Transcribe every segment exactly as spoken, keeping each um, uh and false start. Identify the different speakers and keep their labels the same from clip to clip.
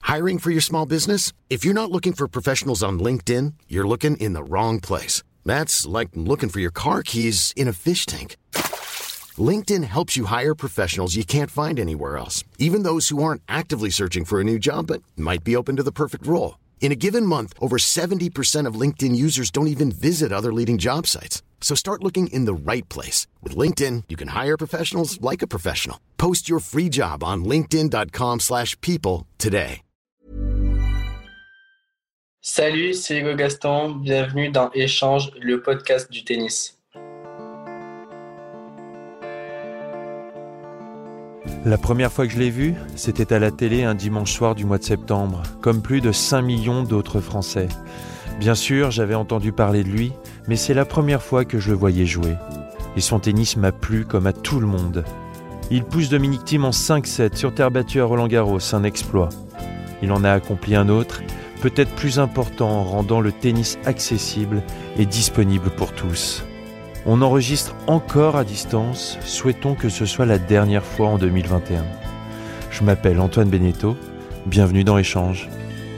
Speaker 1: Hiring for your small business? If you're not looking for professionals on LinkedIn, you're looking in the wrong place. That's like looking for your car keys in a fish tank. LinkedIn helps you hire professionals you can't find anywhere else, even those who aren't actively searching for a new job but might be open to the perfect role. In a given month, over seventy percent of LinkedIn users don't even visit other leading job sites. So start looking in the right place. With LinkedIn, you can hire professionals like a professional. Post your free job on linkedin.com slash people today.
Speaker 2: Salut, c'est Hugo Gaston. Bienvenue dans Échange, le podcast du tennis.
Speaker 3: La première fois que je l'ai vu, c'était à la télé un dimanche soir du mois de septembre, comme plus de cinq millions d'autres Français. Bien sûr, j'avais entendu parler de lui, mais c'est la première fois que je le voyais jouer. Et son tennis m'a plu comme à tout le monde. Il pousse Dominic Thiem en cinq sept sur terre battue à Roland-Garros, un exploit. Il en a accompli un autre, peut-être plus important en rendant le tennis accessible et disponible pour tous. On enregistre encore à distance, souhaitons que ce soit la dernière fois en deux mille vingt et un. Je m'appelle Antoine Beneteau, bienvenue dans Échange.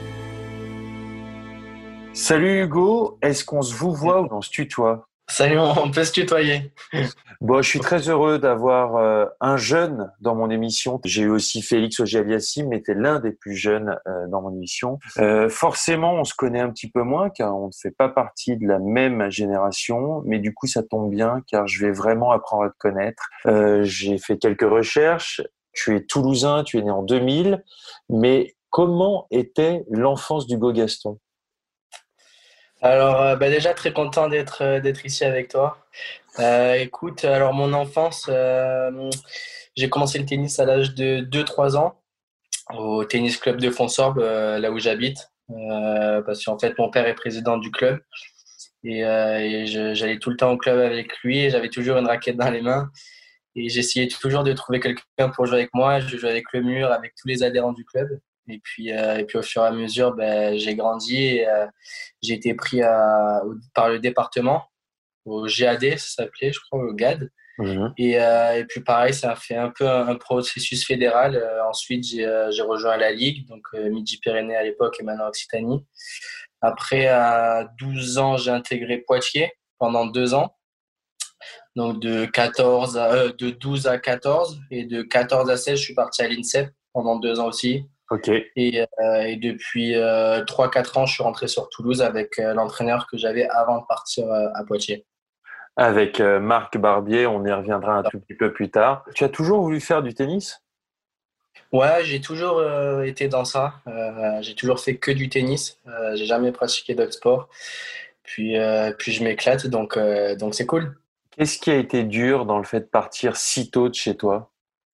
Speaker 4: Salut Hugo, est-ce qu'on se vous voit ou on se tutoie ?
Speaker 2: Salut, on peut se tutoyer.
Speaker 4: Bon, je suis très heureux d'avoir euh, un jeune dans mon émission. J'ai eu aussi Félix Auger-Aliassime, mais t'es l'un des plus jeunes euh, dans mon émission. Euh, forcément, on se connaît un petit peu moins car on ne fait pas partie de la même génération, mais du coup, ça tombe bien car je vais vraiment apprendre à te connaître. Euh, j'ai fait quelques recherches. Tu es toulousain, tu es né en deux mille, mais comment était l'enfance d'Hugo Gaston ?
Speaker 2: Alors, euh, bah déjà, très content d'être, euh, d'être ici avec toi. Euh, écoute, alors mon enfance, euh, j'ai commencé le tennis à l'âge de deux trois ans au tennis club de Fonsorbe, euh, là où j'habite, euh, parce qu'en fait, mon père est président du club et, euh, et je, j'allais tout le temps au club avec lui et j'avais toujours une raquette dans les mains et j'essayais toujours de trouver quelqu'un pour jouer avec moi. Je jouais avec le mur, avec tous les adhérents du club. Et puis, euh, et puis au fur et à mesure, ben, j'ai grandi et euh, j'ai été pris à, au, par le département, au G A D, ça s'appelait, je crois, au G A D. Mmh. Et, euh, et puis pareil, ça a fait un peu un, un processus fédéral. Euh, ensuite, j'ai, euh, j'ai rejoint la Ligue, donc euh, Midi-Pyrénées à l'époque et maintenant Occitanie. Après, à douze ans, j'ai intégré Poitiers pendant deux ans. Donc de, quatorze à, euh, de douze à quatorze et de quatorze à seize, je suis parti à l'INSEP pendant deux ans aussi.
Speaker 4: Ok.
Speaker 2: Et, euh, et depuis euh, trois quatre ans, je suis rentré sur Toulouse avec euh, l'entraîneur que j'avais avant de partir euh, à Poitiers.
Speaker 4: Avec euh, Marc Barbier, on y reviendra un tout petit peu plus tard. Tu as toujours voulu faire du tennis ?
Speaker 2: Ouais, j'ai toujours euh, été dans ça. Euh, j'ai toujours fait que du tennis. Euh, j'ai jamais pratiqué d'autres sports. Puis, euh, puis je m'éclate, donc, euh, donc c'est cool.
Speaker 4: Qu'est-ce qui a été dur dans le fait de partir si tôt de chez toi ?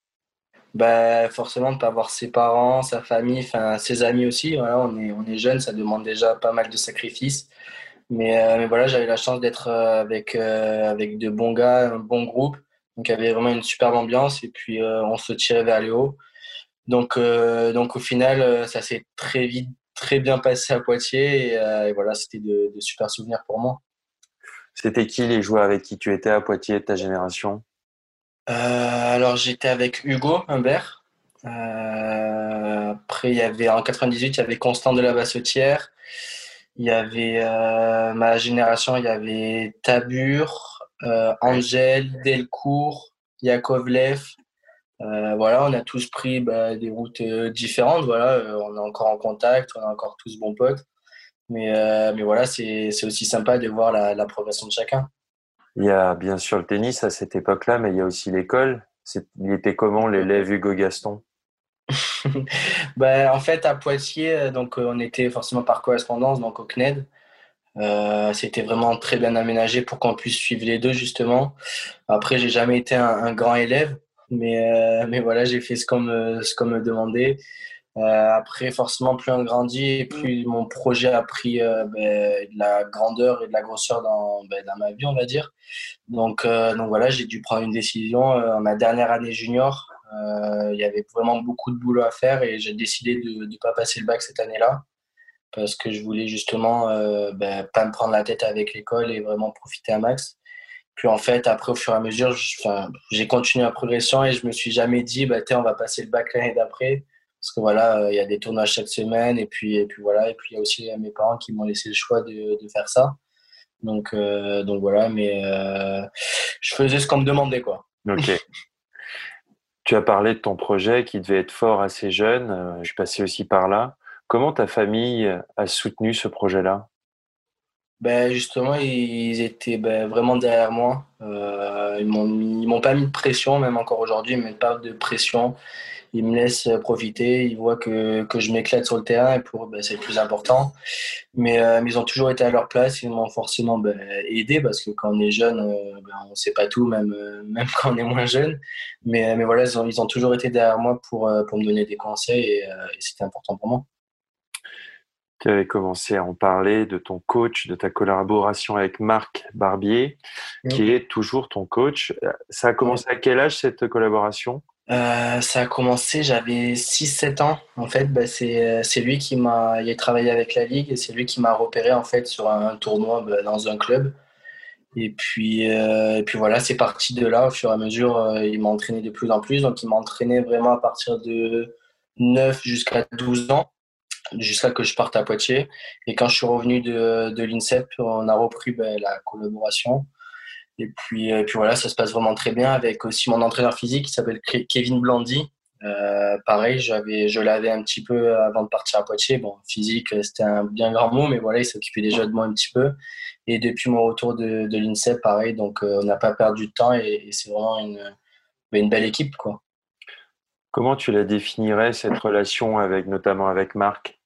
Speaker 2: Bah, forcément, de ne pas voir ses parents, sa famille, enfin, ses amis aussi. Voilà, on est, on est jeune, ça demande déjà pas mal de sacrifices. Mais, euh, mais voilà, j'avais la chance d'être euh, avec, euh, avec de bons gars, un bon groupe. Donc, il y avait vraiment une superbe ambiance et puis euh, on se tirait vers le haut. Donc, euh, donc au final, euh, ça s'est très vite, très bien passé à Poitiers et, euh, et voilà, c'était de, de super souvenirs pour moi.
Speaker 4: C'était qui les joueurs avec qui tu étais à Poitiers de ta génération ?
Speaker 2: Euh, alors, j'étais avec Hugo Humbert. Euh, après, il y avait en quatre-vingt-dix-huit, il y avait Constant de la Bassetière. Il y avait euh, ma génération, il y avait Tabur, euh, Angel, Delcourt, Yakovlev. Euh, voilà, on a tous pris bah, des routes euh, différentes. Voilà, euh, on est encore en contact, on est encore tous bons potes. Mais, euh, mais voilà, c'est, c'est aussi sympa de voir la, la progression de chacun.
Speaker 4: Il y a bien sûr le tennis à cette époque-là, mais il y a aussi l'école. C'est, il était comment l'élève Hugo Gaston ?
Speaker 2: Ben, en fait, à Poitiers, donc, on était forcément par correspondance, donc au C N E D. Euh, c'était vraiment très bien aménagé pour qu'on puisse suivre les deux, justement. Après, j'ai jamais été un, un grand élève, mais, euh, mais voilà, j'ai fait ce qu'on me, ce qu'on me demandait. Euh, après, forcément, plus on grandit, plus mon projet a pris euh, ben, de la grandeur et de la grosseur dans, ben, dans ma vie, on va dire. Donc, euh, donc voilà, j'ai dû prendre une décision. Euh, en ma dernière année junior, euh, il y avait vraiment beaucoup de boulot à faire et j'ai décidé de ne pas passer le bac cette année-là parce que je voulais justement euh, ben, pas me prendre la tête avec l'école et vraiment profiter un max. Puis en fait, après, au fur et à mesure, je, j'ai continué ma progression et je me suis jamais dit, bah, on va passer le bac l'année d'après. Parce que voilà, il y a des tournois chaque semaine et puis, et puis voilà. Et puis il y a aussi mes parents qui m'ont laissé le choix de, de faire ça. Donc, euh, donc voilà, mais euh, je faisais ce qu'on me demandait, quoi.
Speaker 4: Ok. Tu as parlé de ton projet qui devait être fort assez jeune. euh, Je suis passé aussi par là. Comment ta famille a soutenu ce projet-là?
Speaker 2: Ben justement, ils étaient ben, vraiment derrière moi. Euh, ils m'ont mis- ils m'ont pas mis de pression, même encore aujourd'hui, ils me mettent pas de pression. Ils me laissent profiter, ils voient que, que je m'éclate sur le terrain et pour eux, ben, c'est le plus important. Mais, euh, mais ils ont toujours été à leur place, ils m'ont forcément ben, aidé parce que quand on est jeune, euh, ben, on sait pas tout, même, euh, même quand on est moins jeune. Mais, mais voilà, ils ont, ils ont toujours été derrière moi pour, euh, pour me donner des conseils et, euh, et c'était important pour moi.
Speaker 4: Tu avais commencé à en parler de ton coach, de ta collaboration avec Marc Barbier, qui est toujours ton coach. Ça a
Speaker 2: Ouais.
Speaker 4: commencé à quel âge cette collaboration?
Speaker 2: Euh, ça a commencé, j'avais six sept ans. En fait, bah, c'est, euh, c'est lui qui m'a, il a travaillé avec la Ligue et c'est lui qui m'a repéré en fait sur un tournoi bah, dans un club. Et puis, euh, et puis voilà, c'est parti de là. Au fur et à mesure, euh, il m'a entraîné de plus en plus. Donc, il m'a entraîné vraiment à partir de neuf jusqu'à douze ans, jusqu'à que je parte à Poitiers. Et quand je suis revenu de, de l'INSEP, on a repris bah, la collaboration. Et puis, et puis voilà, ça se passe vraiment très bien avec aussi mon entraîneur physique qui s'appelle Kevin Blandy. Euh, pareil, j'avais, je l'avais un petit peu avant de partir à Poitiers. Bon, physique, c'était un bien grand mot, mais voilà, il s'occupait déjà de moi un petit peu. Et depuis mon retour de, de l'INSEP, pareil, donc euh, on n'a pas perdu de temps et, et c'est vraiment une, une belle équipe, quoi.
Speaker 4: Comment tu la définirais, cette relation avec, notamment avec Marc?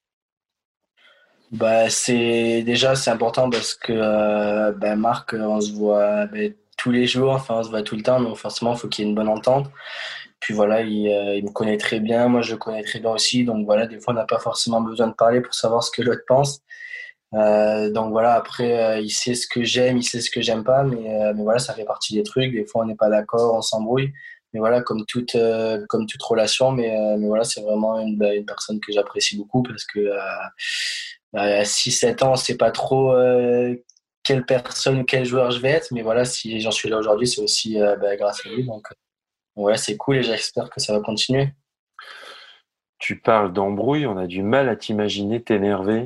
Speaker 2: Bah, c'est déjà c'est important parce que euh, bah, Marc, on se voit bah, tous les jours, enfin on se voit tout le temps, donc forcément il faut qu'il y ait une bonne entente. Puis voilà, il, euh, il me connaît très bien, moi je le connais très bien aussi, donc voilà, des fois on n'a pas forcément besoin de parler pour savoir ce que l'autre pense. Euh, donc voilà, après euh, il sait ce que j'aime, il sait ce que j'aime pas, mais, euh, mais voilà, ça fait partie des trucs. Des fois on n'est pas d'accord, on s'embrouille, mais voilà, comme toute euh, comme toute relation, mais, euh, mais voilà, c'est vraiment une, bah, une personne que j'apprécie beaucoup parce que euh, bah, à six sept ans, on sait pas trop euh, quelle personne ou quel joueur je vais être, mais voilà, si j'en suis là aujourd'hui, c'est aussi euh, bah, grâce à lui, donc ouais, c'est cool et j'espère que ça va continuer.
Speaker 4: Tu parles d'embrouille, on a du mal à t'imaginer t'énerver.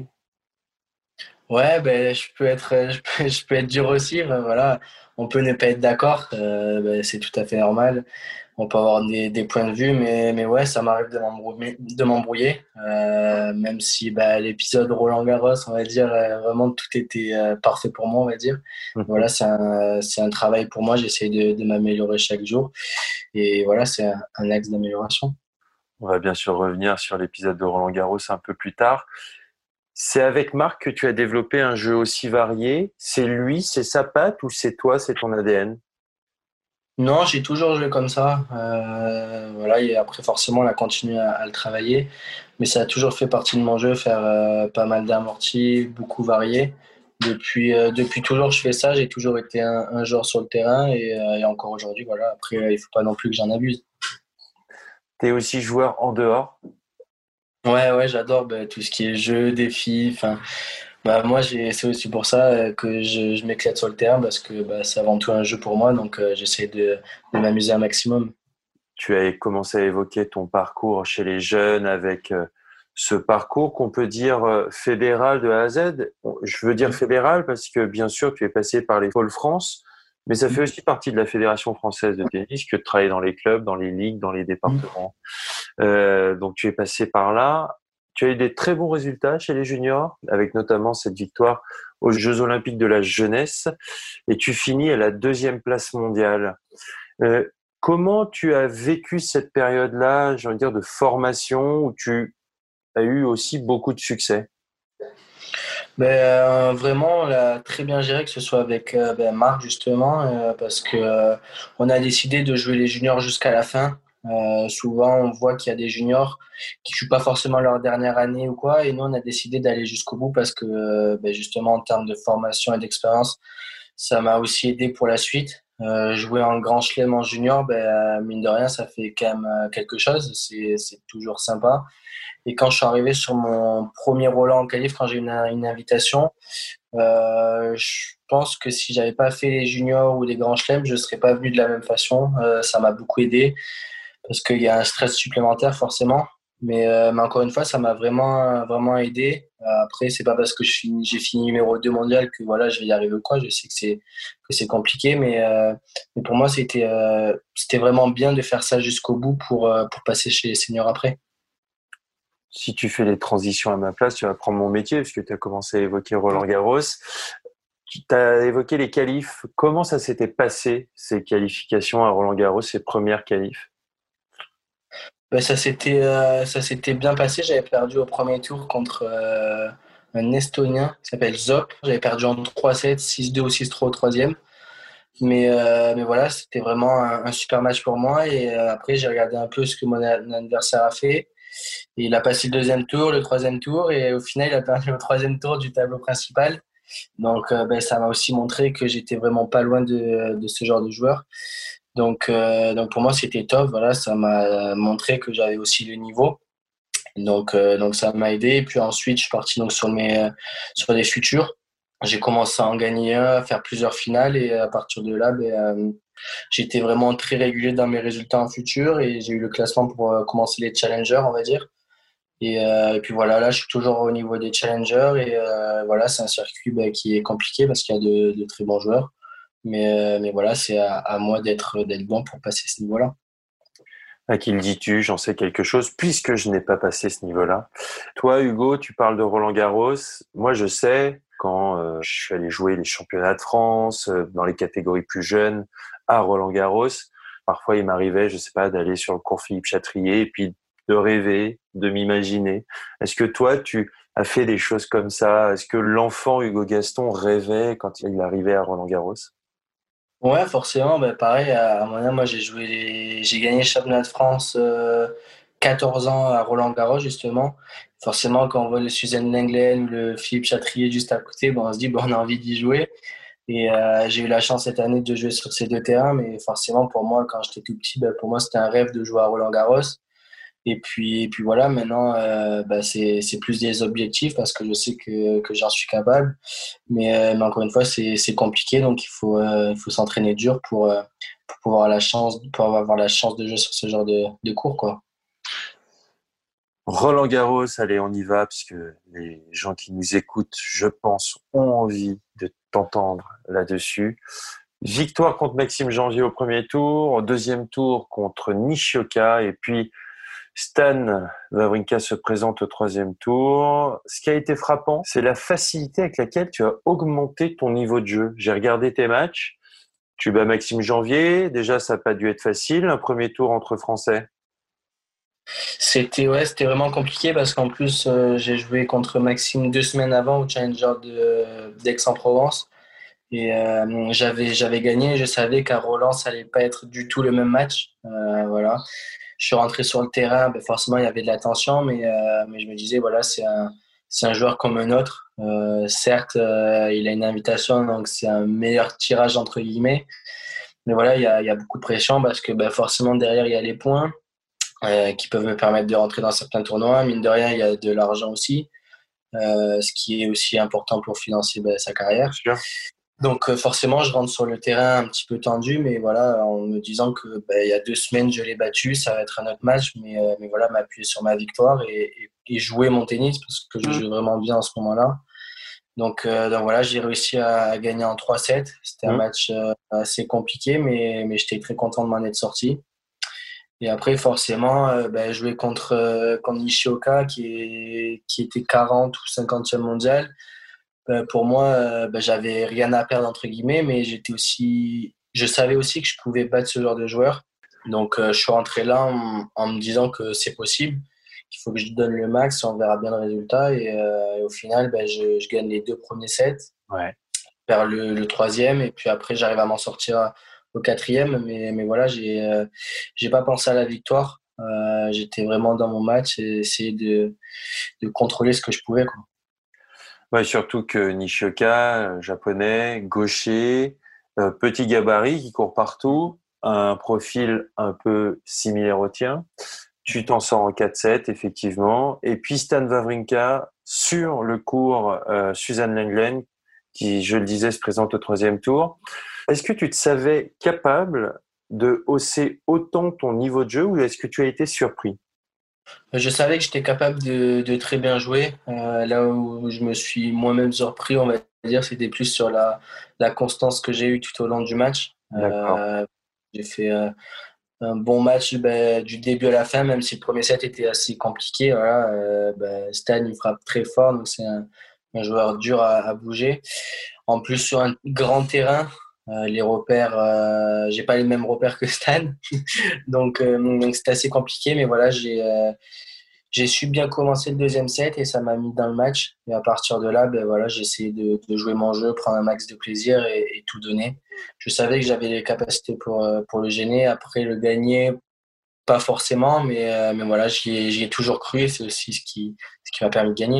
Speaker 2: Ouais, ben je peux être, je peux, je peux être dur aussi. Ben, voilà, on peut ne pas être d'accord, euh, ben, c'est tout à fait normal. On peut avoir des, des points de vue, mais, mais ouais, ça m'arrive de m'embrouiller, de m'embrouiller. Euh, même si ben, l'épisode Roland Garros, on va dire, euh, vraiment tout était euh, parfait pour moi, on va dire. Voilà, c'est un, c'est un travail pour moi. J'essaie de, de m'améliorer chaque jour, et voilà, c'est un, un axe d'amélioration.
Speaker 4: On va bien sûr revenir sur l'épisode de Roland Garros un peu plus tard. C'est avec Marc que tu as développé un jeu aussi varié. C'est lui, c'est sa patte ou c'est toi, c'est ton A D N?
Speaker 2: Non, j'ai toujours joué comme ça. Euh, voilà, et après, forcément, on a continué à, à le travailler. Mais ça a toujours fait partie de mon jeu, faire euh, pas mal d'amortis, beaucoup varié. Depuis, euh, depuis toujours, je fais ça. J'ai toujours été un, un joueur sur le terrain et, euh, et encore aujourd'hui, voilà. Après, euh, il faut pas non plus que j'en abuse.
Speaker 4: Tu es aussi joueur en dehors.
Speaker 2: Ouais, ouais, j'adore bah, tout ce qui est jeu, défi. Enfin, bah, moi, j'ai, c'est aussi pour ça euh, que je, je m'éclate sur le terrain parce que bah, c'est avant tout un jeu pour moi. Donc, euh, j'essaie de, de m'amuser un maximum.
Speaker 4: Tu as commencé à évoquer ton parcours chez les jeunes avec euh, ce parcours qu'on peut dire euh, fédéral de A à Z. Bon, je veux dire fédéral parce que bien sûr, tu es passé par les Pôles France, mais ça fait aussi partie de la Fédération française de tennis que de travailler dans les clubs, dans les ligues, dans les départements. Euh, donc tu es passé par là. Tu as eu des très bons résultats chez les juniors, avec notamment cette victoire aux Jeux Olympiques de la jeunesse, et tu finis à la deuxième place mondiale. Euh, Comment tu as vécu cette période-là, j'ai envie de dire, de formation où tu as eu aussi beaucoup de succès?
Speaker 2: Ben, euh, vraiment, on l'a très bien géré, que ce soit avec euh, ben, Marc justement, euh, parce que euh, on a décidé de jouer les juniors jusqu'à la fin. Euh, souvent, on voit qu'il y a des juniors qui jouent pas forcément leur dernière année ou quoi, et nous, on a décidé d'aller jusqu'au bout parce que euh, ben, justement, en termes de formation et d'expérience, ça m'a aussi aidé pour la suite. Euh, jouer en Grand Chelem en junior, ben, mine de rien, ça fait quand même euh, quelque chose. C'est, c'est toujours sympa. Et quand je suis arrivé sur mon premier Roland en qualif, quand j'ai eu une, une invitation, euh, je pense que si j'avais pas fait les juniors ou les grands chelems, je serais pas venu de la même façon. Euh, ça m'a beaucoup aidé parce qu'il y a un stress supplémentaire forcément. Mais, euh, mais encore une fois, ça m'a vraiment, vraiment aidé. Euh, Après, c'est pas parce que je finis, j'ai fini numéro deux mondial que voilà, je vais y arriver ou quoi. Je sais que c'est, que c'est compliqué, mais, euh, mais pour moi, c'était, euh, c'était vraiment bien de faire ça jusqu'au bout pour, euh, pour passer chez les seniors après.
Speaker 4: Si tu fais les transitions à ma place, tu vas prendre mon métier, parce que tu as commencé à évoquer Roland Garros. Tu as évoqué les qualifs. Comment ça s'était passé, ces qualifications à Roland Garros, ces premières qualifs?
Speaker 2: Ben, ça s'était, euh, ça s'était bien passé. J'avais perdu au premier tour contre euh, un Estonien qui s'appelle Zop. J'avais perdu en trois sept, six deux ou six trois au troisième. Mais, euh, mais voilà, c'était vraiment un, un super match pour moi. Et euh, après, j'ai regardé un peu ce que mon, a- mon adversaire a fait. Et il a passé le deuxième tour, le troisième tour. Et au final, il a perdu au troisième tour du tableau principal. Donc, euh, ben, ça m'a aussi montré que j'étais vraiment pas loin de, de ce genre de joueur. Donc, euh, donc pour moi, c'était top. Voilà, ça m'a montré que j'avais aussi le niveau. Donc, euh, donc ça m'a aidé. Et puis ensuite, je suis parti donc sur mes, euh, sur les futurs. J'ai commencé à en gagner un, à faire plusieurs finales. Et à partir de là, ben, euh, j'étais vraiment très régulier dans mes résultats en futur. Et j'ai eu le classement pour euh, commencer les challengers, on va dire. Et, euh, et puis voilà, là, je suis toujours au niveau des challengers. Et euh, voilà, c'est un circuit ben, qui est compliqué parce qu'il y a de, de très bons joueurs. Mais, euh, mais voilà, c'est à, à moi d'être d'être bon pour passer ce niveau-là.
Speaker 4: À qui le dis-tu? J'en sais quelque chose, puisque je n'ai pas passé ce niveau-là. Toi, Hugo, tu parles de Roland Garros. Moi, je sais, quand euh, je suis allé jouer les championnats de France, euh, dans les catégories plus jeunes, à Roland Garros, parfois il m'arrivait, je sais pas, d'aller sur le cours Philippe Chatrier et puis de rêver, de m'imaginer. Est-ce que toi, tu as fait des choses comme ça? Est-ce que l'enfant Hugo Gaston rêvait quand il arrivait à Roland Garros?
Speaker 2: Ouais, forcément, ben pareil, à, à mon âge, moi j'ai joué les... j'ai gagné le championnat de France euh, quatorze ans à Roland-Garros justement. Forcément, quand on voit le Suzanne Lenglen ou le Philippe Chatrier juste à côté, bon, on se dit bon, on a envie d'y jouer. Et euh, j'ai eu la chance cette année de jouer sur ces deux terrains, mais forcément pour moi, quand j'étais tout petit, ben, pour moi c'était un rêve de jouer à Roland-Garros. Et puis, et puis voilà, maintenant, euh, bah, c'est, c'est plus des objectifs parce que je sais que, que j'en suis capable. Mais, euh, mais encore une fois, c'est, c'est compliqué, donc il faut, euh, il faut s'entraîner dur pour, euh, pour pouvoir la chance, pour avoir la chance de jouer sur ce genre de, de cours, quoi.
Speaker 4: Roland Garros, allez, on y va, puisque les gens qui nous écoutent, je pense, ont envie de t'entendre là-dessus. Victoire contre Maxime Janvier au premier tour, au deuxième tour contre Nishioka, et puis Stan Wawrinka se présente au troisième tour. Ce qui a été frappant, c'est la facilité avec laquelle tu as augmenté ton niveau de jeu. J'ai regardé tes matchs, tu bats Maxime Janvier, déjà ça n'a pas dû être facile, un premier tour entre Français.
Speaker 2: C'était, ouais, c'était vraiment compliqué parce qu'en plus, euh, j'ai joué contre Maxime deux semaines avant au Challenger de, d'Aix-en-Provence. Et euh, j'avais, j'avais gagné. Je savais qu'à Roland, ça allait pas être du tout le même match. Euh, voilà. Je suis rentré sur le terrain, ben forcément il y avait de la tension, mais, euh, mais je me disais voilà, c'est un, c'est un joueur comme un autre. Euh, certes, euh, il a une invitation, donc c'est un meilleur tirage entre guillemets, mais voilà, il y a, il y a beaucoup de pression parce que ben, forcément derrière il y a les points euh, qui peuvent me permettre de rentrer dans certains tournois. Mine de rien, il y a de l'argent aussi, euh, ce qui est aussi important pour financer ben, sa carrière.
Speaker 4: Bien sûr.
Speaker 2: Donc euh, forcément, je rentre sur le terrain un petit peu tendu, mais voilà, en me disant que ben, il y a deux semaines, je l'ai battu, ça va être un autre match, mais, euh, mais voilà, m'appuyer sur ma victoire et, et, et jouer mon tennis parce que je joue vraiment bien en ce moment-là. Donc, euh, donc voilà, j'ai réussi à, à gagner en trois sept. C'était un
Speaker 4: Mmh.
Speaker 2: match euh, assez compliqué, mais, mais j'étais très content de m'en être sorti. Et après, forcément, euh, ben, jouer contre, euh, contre Nishioka, qui, est, qui était quarante ou cinquantième mondial. Euh, pour moi, euh, ben, j'avais rien à perdre entre guillemets, mais j'étais aussi, je savais aussi que je pouvais battre ce genre de joueur. Donc, euh, je suis rentré là en, en me disant que c'est possible, qu'il faut que je donne le max, on verra bien le résultat. Et, euh, et au final, ben, je, je gagne les deux premiers sets,
Speaker 4: Ouais.
Speaker 2: vers le, le troisième, et puis après, j'arrive à m'en sortir au quatrième. Mais, mais voilà, j'ai, euh, j'ai pas pensé à la victoire. Euh, j'étais vraiment dans mon match et essayer de, de contrôler ce que je pouvais, quoi.
Speaker 4: Ouais, surtout que Nishioka, euh, japonais, gaucher, euh, petit gabarit qui court partout, un profil un peu similaire au tien. Tu t'en sors en quatre sept, effectivement. Et puis Stan Wawrinka sur le court euh, Suzanne Lenglen, qui, je le disais, se présente au troisième tour. Est-ce que tu te savais capable de hausser autant ton niveau de jeu ou est-ce que tu as été surpris?
Speaker 2: Je savais que j'étais capable de, de très bien jouer. Euh, là où je me suis moi-même surpris, on va dire, c'était plus sur la, la constance que j'ai eue tout au long du match.
Speaker 4: D'accord.
Speaker 2: Euh, j'ai fait euh, un bon match ben, du début à la fin, même si le premier set était assez compliqué. Voilà, euh, ben, Stan, il frappe très fort, donc c'est un, un joueur dur à, à bouger. En plus, sur un grand terrain, euh, les repères, euh, j'ai pas les mêmes repères que Stan, donc euh, donc c'était assez compliqué. Mais voilà, j'ai euh, j'ai su bien commencer le deuxième set et ça m'a mis dans le match. Et à partir de là, ben voilà, j'ai essayé de, de jouer mon jeu, prendre un max de plaisir et, et tout donner. Je savais que j'avais les capacités pour, euh, pour le gêner. Après, le gagner, pas forcément, mais, euh, mais voilà, j'y ai, j'y ai toujours cru et c'est aussi ce qui, ce qui m'a permis de gagner.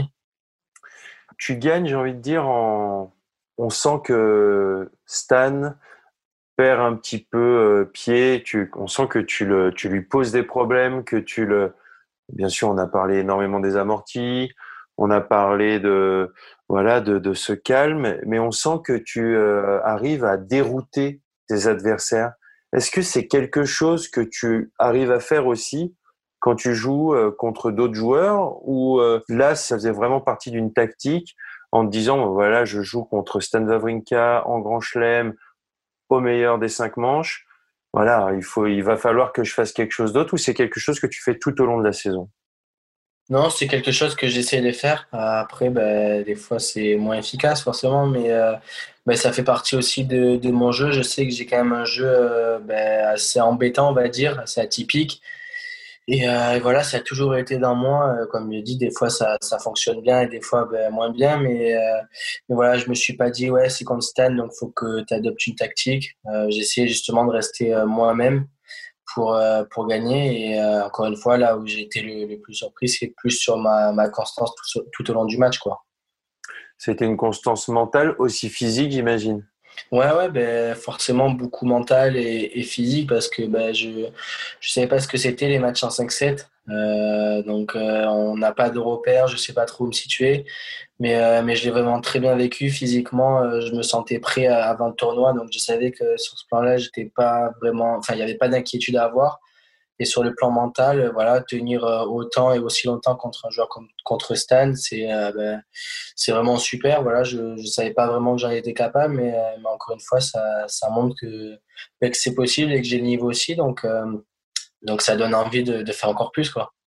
Speaker 4: Tu gagnes, j'ai envie de dire, en... on sent que Stan perd un petit peu euh, pied. Tu... On sent que tu, le... tu lui poses des problèmes, que tu le... Bien sûr, on a parlé énormément des amortis, on a parlé de voilà de, de ce calme, mais on sent que tu euh, arrives à dérouter tes adversaires. Est-ce que c'est quelque chose que tu arrives à faire aussi quand tu joues euh, contre d'autres joueurs ou euh, là, ça faisait vraiment partie d'une tactique en te disant voilà, je joue contre Stan Wawrinka en Grand Chelem au meilleur des cinq manches. Voilà, il faut, il va falloir que je fasse quelque chose d'autre ou c'est quelque chose que tu fais tout au long de la saison?
Speaker 2: Non, c'est quelque chose que j'essaie de faire. Après, ben, des fois, c'est moins efficace, forcément, mais euh, ben, ça fait partie aussi de, de mon jeu. Je sais que j'ai quand même un jeu euh, ben, assez embêtant, on va dire, assez atypique. Et, euh, et voilà, ça a toujours été dans moi. Euh, comme je dis, des fois, ça, ça fonctionne bien et des fois, ben, moins bien. Mais, euh, mais voilà, je me suis pas dit, ouais, c'est constant, donc faut que tu adoptes une tactique. Euh, j'ai essayé justement de rester euh, moi-même pour, euh, pour gagner. Et euh, encore une fois, là où j'ai été le, le plus surpris, c'est plus sur ma, ma constance tout, tout au long du match, quoi.
Speaker 4: C'était une constance mentale, aussi physique, j'imagine.
Speaker 2: Ouais, ouais, ben, forcément beaucoup mental et, et physique parce que ben, je je savais pas ce que c'était les matchs en cinq sept. Euh, donc euh, on n'a pas de repères, je sais pas trop où me situer. Mais, euh, mais je l'ai vraiment très bien vécu physiquement. Euh, je me sentais prêt à- avant le tournoi, donc je savais que sur ce plan-là, j'étais pas vraiment, enfin, il n'y avait pas d'inquiétude à avoir. Et sur le plan mental, euh, voilà, tenir euh, autant et aussi longtemps contre un joueur comme contre Stan, c'est euh, ben, c'est vraiment super. Voilà, je ne savais pas vraiment que j'en étais capable, mais, euh, mais encore une fois, ça, ça montre que, ben, que c'est possible et que j'ai le niveau aussi. Donc, euh, donc ça donne envie de, de faire encore plus, quoi.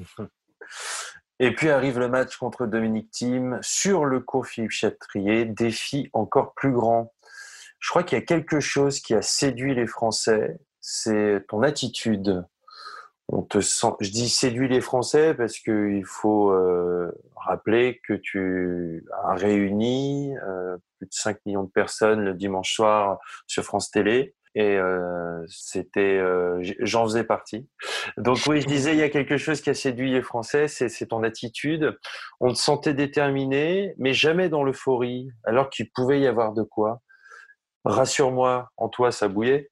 Speaker 4: Et puis arrive le match contre Dominic Thiem sur le court Philippe Chatrier, défi encore plus grand. Je crois qu'il y a quelque chose qui a séduit les Français, c'est ton attitude. On te sent, je dis séduit les Français parce que il faut euh, rappeler que tu as réuni euh, plus de cinq millions de personnes le dimanche soir sur France Télé et euh, c'était euh, j'en faisais partie. Donc oui, je disais il y a quelque chose qui a séduit les Français, c'est c'est ton attitude. On te sentait déterminé, mais jamais dans l'euphorie, alors qu'il pouvait y avoir de quoi. Rassure-moi, en toi ça bouillait.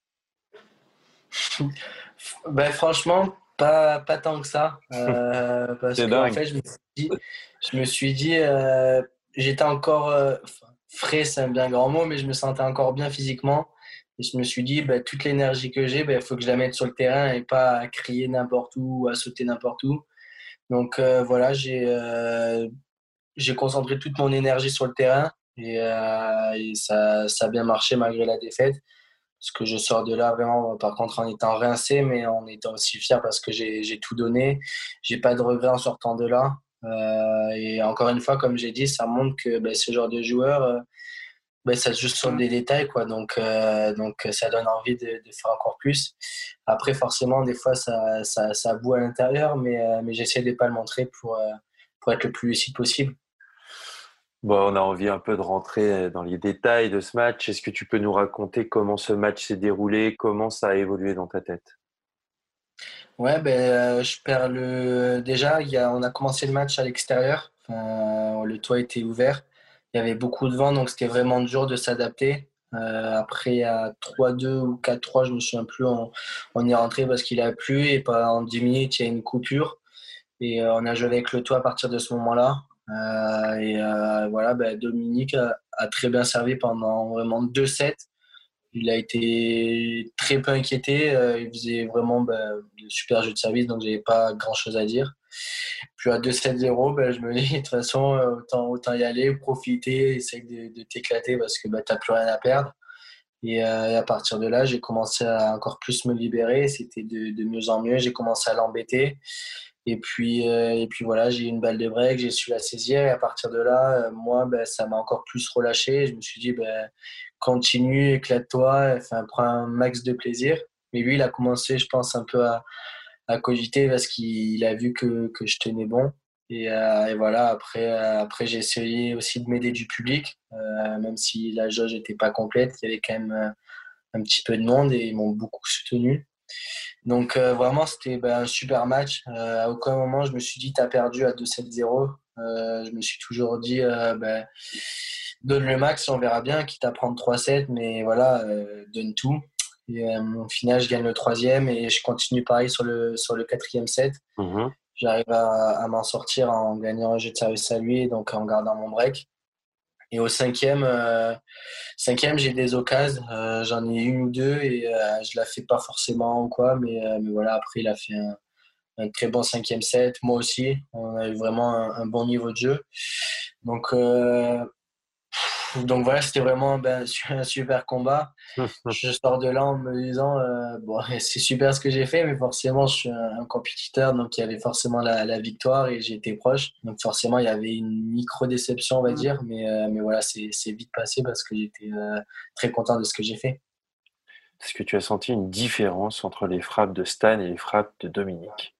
Speaker 2: Ben, franchement, pas, pas tant que ça. Euh, parce
Speaker 4: C'est
Speaker 2: que, en
Speaker 4: dingue.
Speaker 2: fait, je me suis dit, je me suis dit euh, j'étais encore euh, enfin, frais, c'est un bien grand mot, mais je me sentais encore bien physiquement. Et je me suis dit, ben, toute l'énergie que j'ai, ben, il faut que je la mette sur le terrain et pas à crier n'importe où, à sauter n'importe où. Donc euh, voilà, j'ai euh, j'ai concentré toute mon énergie sur le terrain et, euh, et ça, ça a bien marché malgré la défaite. Parce que je sors de là vraiment, par contre, en étant rincé, mais en étant aussi fier parce que j'ai, j'ai tout donné. J'ai pas de regrets en sortant de là. Euh, et encore une fois, comme j'ai dit, ça montre que ben, ce genre de joueur, euh, ben, ça se joue sur des détails, quoi. Donc, euh, donc ça donne envie de, de faire encore plus. Après, forcément, des fois, ça, ça, ça boue à l'intérieur, mais, euh, mais j'essaie de pas le montrer pour, euh, pour être le plus lucide possible.
Speaker 4: Bon, on a envie un peu de rentrer dans les détails de ce match. Est-ce que tu peux nous raconter comment ce match s'est déroulé, comment ça a évolué dans ta tête?
Speaker 2: Ouais, ben, euh, je perds le. Déjà, il y a... on a commencé le match à l'extérieur. Enfin, le toit était ouvert. Il y avait beaucoup de vent, donc c'était vraiment dur de s'adapter. Euh, après, à trois deux ou quatre trois, je me souviens plus, on, on est rentré parce qu'il a plu et pendant dix minutes, il y a une coupure. Et euh, on a joué avec le toit à partir de ce moment-là. Euh, et euh, voilà, ben, Dominique a, a très bien servi pendant vraiment deux sets. Il a été très peu inquiété. Euh, il faisait vraiment ben, de super jeux de service, donc j'avais pas grand chose à dire. Puis à deux sept zéro, ben, je me dis, de toute façon, autant, autant y aller, profiter, essayer de, de t'éclater parce que ben, tu n'as plus rien à perdre. Et, euh, et à partir de là, j'ai commencé à encore plus me libérer. C'était de, de mieux en mieux. J'ai commencé à l'embêter. Et puis, euh, et puis voilà, j'ai eu une balle de break, j'ai su la saisir. Et à partir de là, euh, moi, ben, ça m'a encore plus relâché. Je me suis dit, ben, continue, éclate-toi, enfin, prends un max de plaisir. Mais lui, il a commencé, je pense, un peu à, à cogiter parce qu'il a vu que, que je tenais bon. Et, euh, et voilà, après, euh, après j'ai essayé aussi de m'aider du public, euh, même si la jauge n'était pas complète, il y avait quand même euh, un petit peu de monde et ils m'ont beaucoup soutenu. Donc euh, vraiment, c'était ben, un super match. Euh, à aucun moment, je me suis dit, t'as perdu à deux sept zéro. Euh, je me suis toujours dit, euh, ben, donne le max, on verra bien, quitte à prendre trois sept, mais voilà, euh, donne tout. Et euh, au final, je gagne le troisième et je continue pareil sur le, sur le quatrième set.
Speaker 4: Mmh.
Speaker 2: J'arrive à, à m'en sortir en gagnant un jeu de service à lui, donc en gardant mon break. Et au cinquième, euh, cinquième j'ai des occasions. Euh, j'en ai une ou deux et euh, je la fais pas forcément ou quoi, mais, euh, mais voilà, après, il a fait un, un très bon cinquième set. Moi aussi, on a eu vraiment un, un bon niveau de jeu. Donc, euh, donc voilà, c'était vraiment ben, un super combat. Je sors de là en me disant euh, bon, c'est super ce que j'ai fait, mais forcément, je suis un, un compétiteur, donc il y avait forcément la, la victoire et j'ai été proche. Donc forcément, il y avait une micro-déception, on va dire, mais, euh, mais voilà, c'est, c'est vite passé parce que j'étais euh, très content de ce que j'ai fait.
Speaker 4: Est-ce que tu as senti une différence entre les frappes de Stan et les frappes de Dominique?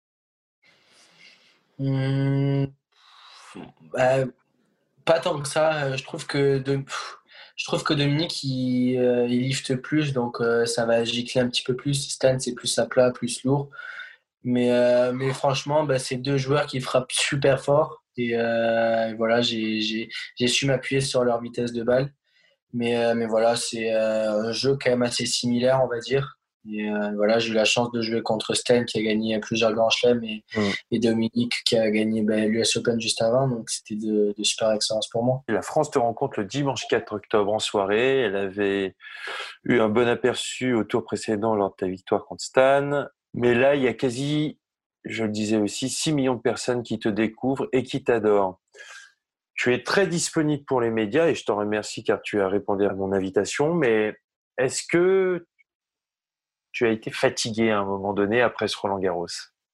Speaker 2: Hum, bah, pas tant que ça. Je trouve que, de, je trouve que Dominique, il, euh, il lift plus, donc euh, ça va gicler un petit peu plus. Stan, c'est plus à plat, plus lourd. Mais, euh, mais franchement, bah, c'est deux joueurs qui frappent super fort. Et, euh, et voilà, j'ai, j'ai, j'ai su m'appuyer sur leur vitesse de balle. Mais, euh, mais voilà, c'est euh, un jeu quand même assez similaire, on va dire. Et euh, voilà, j'ai eu la chance de jouer contre Sten qui a gagné plusieurs grands chelems et,
Speaker 4: Mmh.
Speaker 2: et Dominique qui a gagné ben, l'U S Open juste avant. Donc c'était de, de super expériences pour moi.
Speaker 4: La France te rencontre le dimanche quatre octobre en soirée. Elle avait eu un bon aperçu au tour précédent lors de ta victoire contre Stan. Mais là, il y a quasi, je le disais aussi, six millions de personnes qui te découvrent et qui t'adorent. Tu es très disponible pour les médias et je t'en remercie car tu as répondu à mon invitation. Mais est-ce que tu as été fatigué à un moment donné après ce Roland-Garros?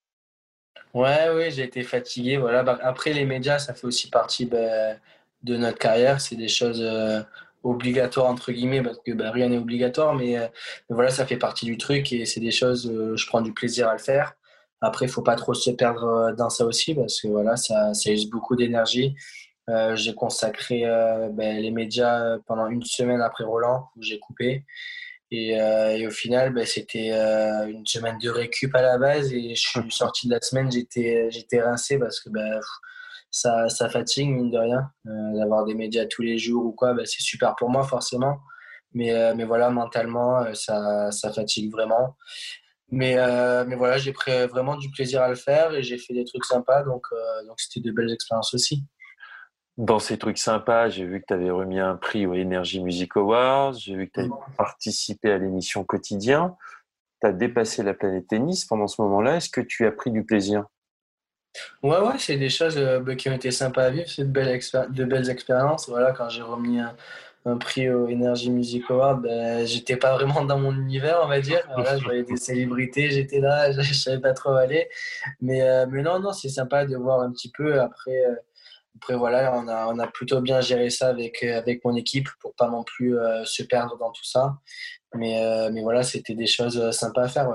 Speaker 2: Ouais, oui, j'ai été fatigué. Voilà. Bah, après, les médias, ça fait aussi partie bah, de notre carrière. C'est des choses euh, obligatoires, entre guillemets, parce que bah, rien n'est obligatoire. Mais, euh, mais voilà, ça fait partie du truc et c'est des choses, euh, je prends du plaisir à le faire. Après, il faut pas trop se perdre euh, dans ça aussi parce que voilà, ça, ça use beaucoup d'énergie. Euh, j'ai consacré euh, ben, les médias euh, pendant une semaine après Roland, où j'ai coupé. Et, euh, et au final, ben, c'était euh, une semaine de récup à la base. Et je suis sorti de la semaine, j'étais, j'étais rincé parce que ben, pff, ça, ça fatigue, mine de rien. Euh, d'avoir des médias tous les jours ou quoi, ben, c'est super pour moi, forcément. Mais, euh, mais voilà, mentalement, euh, ça, ça fatigue vraiment. Mais, euh, mais voilà, j'ai pris vraiment du plaisir à le faire et j'ai fait des trucs sympas. Donc, euh, donc c'était de belles expériences aussi.
Speaker 4: Dans ces trucs sympas, j'ai vu que tu avais remis un prix aux Energy Music Awards, j'ai vu que tu avais participé à l'émission Quotidien, tu as dépassé la planète tennis pendant ce moment-là. Est-ce que tu as pris du plaisir?
Speaker 2: Ouais, ouais, c'est des choses euh, bah, qui ont été sympas à vivre, c'est de belles, expé- de belles expériences. Voilà, quand j'ai remis un, un prix au Energy Music Award, ben, j'étais pas vraiment dans mon univers, on va dire. Voilà, je voyais des célébrités, j'étais là, je, je savais pas trop où aller. Mais, euh, mais non, non, c'est sympa de voir un petit peu. Après, euh, après voilà, on a, on a plutôt bien géré ça avec, euh, avec mon équipe pour pas non plus euh, se perdre dans tout ça. Mais, euh, mais voilà, c'était des choses euh, sympas à faire, ouais.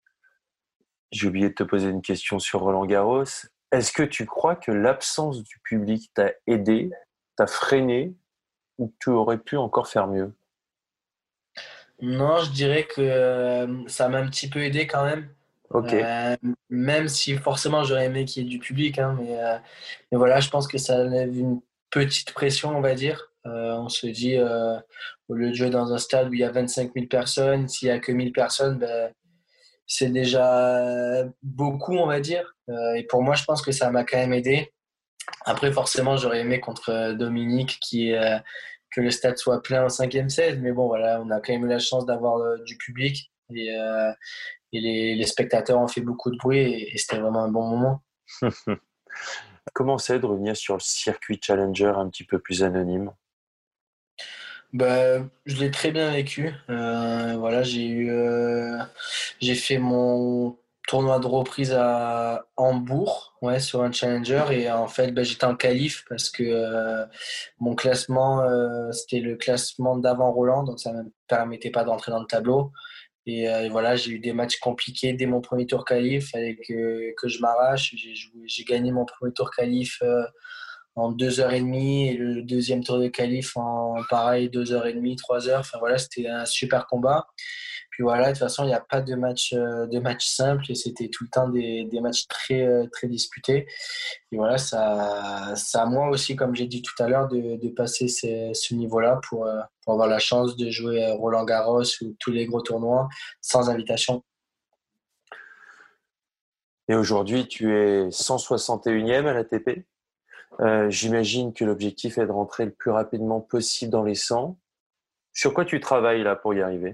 Speaker 4: J'ai oublié de te poser une question sur Roland-Garros. Est-ce que tu crois que l'absence du public t'a aidé, t'a freiné, ou que tu aurais pu encore faire mieux?
Speaker 2: Non, je dirais que euh, ça m'a un petit peu aidé quand même.
Speaker 4: Ok.
Speaker 2: Euh, même si forcément j'aurais aimé qu'il y ait du public, hein, mais, euh, mais voilà, je pense que ça enlève une petite pression, on va dire. Euh, on se dit, euh, au lieu de jouer dans un stade où il y a vingt-cinq mille personnes, s'il y a que mille personnes, ben, c'est déjà beaucoup, on va dire. Euh, et pour moi, je pense que ça m'a quand même aidé. Après, forcément, j'aurais aimé contre euh, Dominique qui, euh, que le stade soit plein au cinquième set, mais bon, voilà, on a quand même eu la chance d'avoir euh, du public et, euh, et les, les spectateurs ont fait beaucoup de bruit et, et c'était vraiment un bon moment.
Speaker 4: Comment c'est de revenir sur le circuit Challenger un petit peu plus anonyme?
Speaker 2: Bah, je l'ai très bien vécu. Euh, voilà, j'ai eu, euh, j'ai fait mon tournoi de reprise à Hambourg, ouais, sur un challenger et en fait, bah, j'étais en qualif parce que euh, mon classement, euh, c'était le classement d'avant Roland, donc ça ne me permettait pas d'entrer dans le tableau. Et, euh, et voilà, j'ai eu des matchs compliqués dès mon premier tour qualif, fallait que que je m'arrache. J'ai joué, j'ai gagné mon premier tour qualif. Euh, en deux heures et demie et le deuxième tour de qualif en pareil deux heures et demie, trois heures. Enfin voilà, c'était un super combat. Puis voilà, de toute façon, il n'y a pas de match euh, de match simple et c'était tout le temps des, des matchs très euh, très disputés. Et voilà, ça ça à moi aussi, comme j'ai dit tout à l'heure, de, de passer ce, ce niveau-là pour, euh, pour avoir la chance de jouer à Roland Garros ou tous les gros tournois sans invitation.
Speaker 4: Et aujourd'hui, tu es cent soixante et unième à l'A T P. Euh, j'imagine que l'objectif est de rentrer le plus rapidement possible dans les cent. Sur quoi tu travailles là pour y arriver?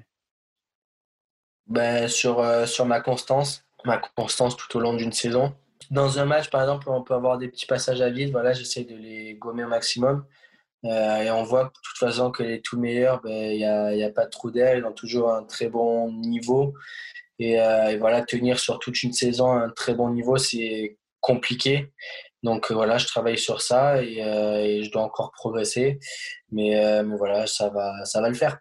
Speaker 2: Ben, sur, euh, sur ma constance, ma constance tout au long d'une saison. Dans un match, par exemple, on peut avoir des petits passages à vide. Voilà, j'essaie de les gommer au maximum. Euh, et on voit de toute façon que les tout meilleurs, ben, il n'y a, il y a pas de trou d'air. Ils ont toujours un très bon niveau. Et, euh, et voilà, tenir sur toute une saison un très bon niveau, c'est compliqué. Donc euh, voilà, je travaille sur ça et, euh, et je dois encore progresser. Mais, euh, mais voilà, ça va, ça va le faire.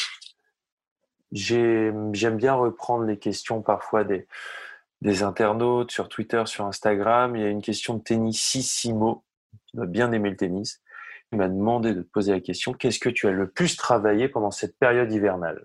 Speaker 4: J'ai, j'aime bien reprendre les questions parfois des, des internautes sur Twitter, sur Instagram. Il y a une question de Tennississimo, qui doit bien aimer le tennis. Il m'a demandé de te poser la question, qu'est-ce que tu as le plus travaillé pendant cette période hivernale?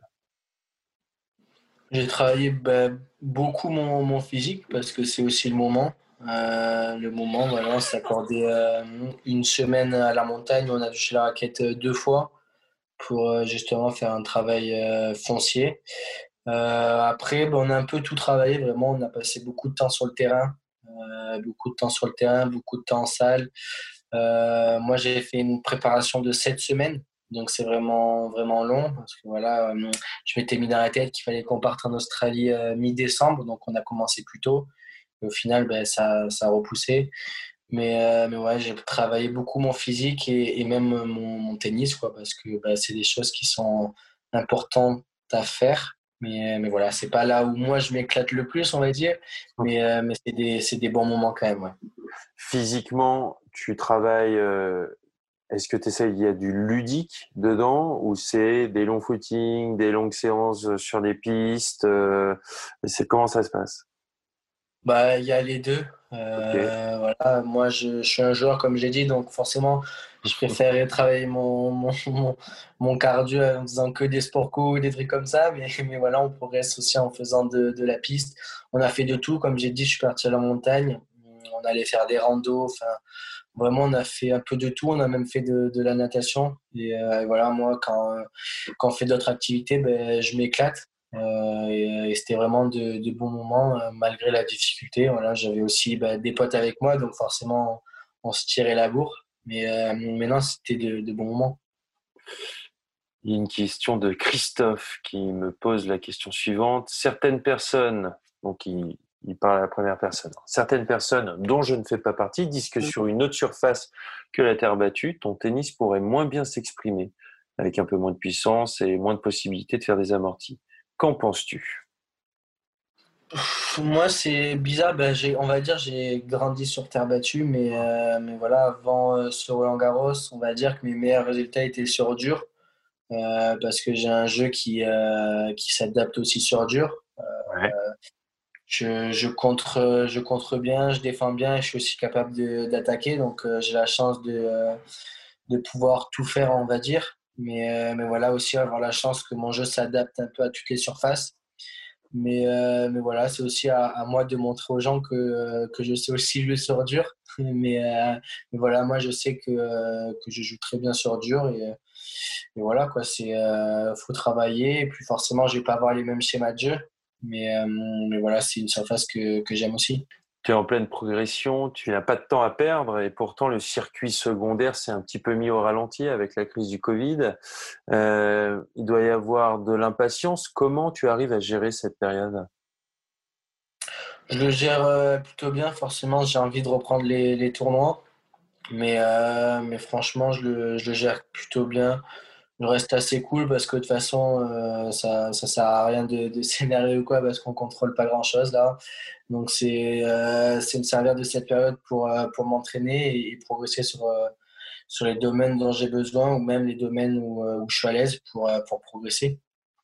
Speaker 2: J'ai travaillé ben, beaucoup mon, mon physique parce que c'est aussi le moment. Euh, le moment, voilà, on s'est accordé euh, une semaine à la montagne. On a touché la raquette euh, deux fois pour euh, justement faire un travail euh, foncier. Euh, après, ben, on a un peu tout travaillé, vraiment. On a passé beaucoup de temps sur le terrain, euh, beaucoup de temps sur le terrain, beaucoup de temps en salle. Euh, moi, j'ai fait une préparation de sept semaines, donc c'est vraiment vraiment long parce que voilà, euh, je m'étais mis dans la tête qu'il fallait qu'on parte en Australie euh, mi-décembre, donc on a commencé plus tôt. Et au final, ben, ça, ça a repoussé. Mais, euh, mais ouais, j'ai travaillé beaucoup mon physique et, et même mon, mon tennis, quoi, parce que ben, c'est des choses qui sont importantes à faire. Mais, mais voilà, c'est pas là où moi je m'éclate le plus, on va dire. Mais, euh, mais c'est des, c'est des bons moments quand même, ouais.
Speaker 4: Physiquement, tu travailles, euh, est-ce que tu essaies, il y a du ludique dedans ou c'est des longs footings, des longues séances sur des pistes, euh, c'est comment ça se passe?
Speaker 2: Bah, il y a les deux.
Speaker 4: Ok.
Speaker 2: Euh, voilà, moi, je, je suis un joueur, comme j'ai dit, donc forcément, je préférais travailler mon, mon, mon, mon cardio en faisant que des sports co, des trucs comme ça. Mais, mais voilà, on progresse aussi en faisant de, de la piste. On a fait de tout. Comme j'ai dit, je suis parti à la montagne. On allait faire des randos. Enfin, vraiment, on a fait un peu de tout. On a même fait de, de la natation. Et, euh, et voilà, moi, quand, quand on fait d'autres activités, ben, je m'éclate. Euh, et, et c'était vraiment de, de bons moments, euh, malgré la difficulté. Voilà, j'avais aussi bah, des potes avec moi, donc forcément, on, on se tirait la bourre. Mais, euh, mais non, c'était de, de bons moments.
Speaker 4: Il y a une question de Christophe qui me pose la question suivante. Certaines personnes, donc il, il parle à la première personne, certaines personnes dont je ne fais pas partie disent que sur une autre surface que la terre battue, ton tennis pourrait moins bien s'exprimer, avec un peu moins de puissance et moins de possibilités de faire des amortis. Qu'en penses-tu?
Speaker 2: Pff, Moi, c'est bizarre. Ben, j'ai, on va dire, j'ai grandi sur terre battue, mais, euh, mais voilà, avant euh, sur Roland Garros, on va dire que mes meilleurs résultats étaient sur dur, euh, parce que j'ai un jeu qui, euh, qui s'adapte aussi sur dur.
Speaker 4: Ouais.
Speaker 2: Je, je contre, je contre bien, je défends bien et je suis aussi capable de, d'attaquer. Donc, euh, j'ai la chance de, euh, de pouvoir tout faire, on va dire. Mais, euh, mais voilà, aussi avoir la chance que mon jeu s'adapte un peu à toutes les surfaces. Mais, euh, mais voilà, c'est aussi à, à moi de montrer aux gens que, euh, que je sais aussi jouer sur dur. Mais, euh, mais voilà, moi, je sais que, euh, que je joue très bien sur dur. Et, et voilà, quoi, c'est, euh, faut travailler. Et puis forcément, je vais pas avoir les mêmes schémas de jeu. Mais, euh, mais voilà, c'est une surface que, que j'aime aussi.
Speaker 4: Tu es en pleine progression, tu n'as pas de temps à perdre et pourtant le circuit secondaire s'est un petit peu mis au ralenti avec la crise du Covid. Euh, il doit y avoir de l'impatience. Comment tu arrives à gérer cette période?
Speaker 2: Je le gère euh, plutôt bien. Forcément, j'ai envie de reprendre les, les tournois. Mais, euh, mais franchement, je le, je le gère plutôt bien. Je reste assez cool parce que de toute façon, euh, ça, ça sert à rien de, de s'énerver ou quoi parce qu'on contrôle pas grand-chose là. Donc c'est euh, c'est me servir de cette période pour, euh, pour m'entraîner et, et progresser sur, euh, sur les domaines dont j'ai besoin ou même les domaines où, euh, où je suis à l'aise pour, euh, pour progresser.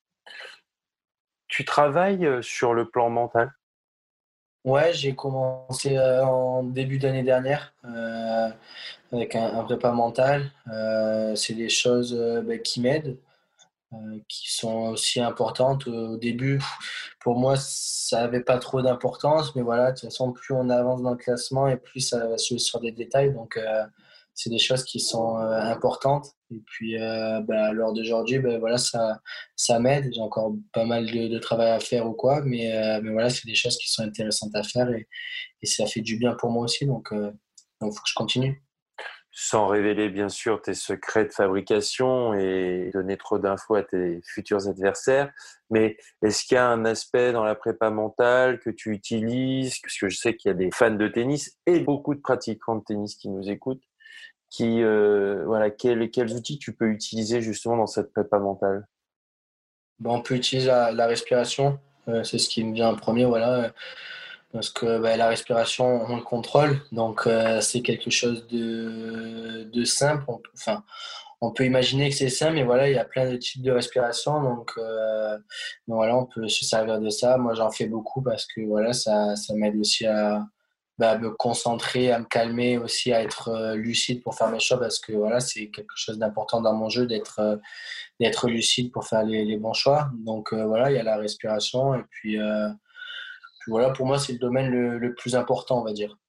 Speaker 4: Tu travailles euh, sur le plan mental?
Speaker 2: Ouais, j'ai commencé euh, en début d'année dernière euh, avec un, un prépa mental. Euh, c'est des choses euh, bah, qui m'aident, euh, qui sont aussi importantes. Au début, pff, pour moi, ça n'avait pas trop d'importance, mais voilà, de toute façon, plus on avance dans le classement et plus ça va se jouer sur des détails. Donc, euh, c'est des choses qui sont euh, importantes. Et puis, euh, bah, à l'heure d'aujourd'hui, bah, voilà, ça, ça m'aide. J'ai encore pas mal de, de travail à faire ou quoi, mais, euh, mais voilà, c'est des choses qui sont intéressantes à faire et, et ça fait du bien pour moi aussi. Donc, euh, donc, faut que je continue.
Speaker 4: Sans révéler bien sûr tes secrets de fabrication et donner trop d'infos à tes futurs adversaires. Mais est-ce qu'il y a un aspect dans la prépa mentale que tu utilises? Parce que je sais qu'il y a des fans de tennis et beaucoup de pratiquants de tennis qui nous écoutent. Qui, euh, voilà, quels, quels outils tu peux utiliser justement dans cette prépa mentale?
Speaker 2: Bon, on peut utiliser la, la respiration. Euh, c'est ce qui me vient en premier, voilà. Parce que bah, la respiration, on le contrôle. Donc, euh, c'est quelque chose de, de simple. On, peut- enfin, on peut imaginer que c'est simple, mais voilà, il y a plein de types de respiration. Donc, euh, donc voilà, on peut se servir de ça. Moi, j'en fais beaucoup parce que voilà, ça, ça m'aide aussi à, bah, à me concentrer, à me calmer, aussi à être euh, lucide pour faire mes choix. Parce que voilà, c'est quelque chose d'important dans mon jeu d'être euh, d'être lucide pour faire les, les bons choix. Donc, euh, voilà, il y a la respiration. Et puis, euh, puis voilà, pour moi, c'est le domaine le, le plus important, on va dire.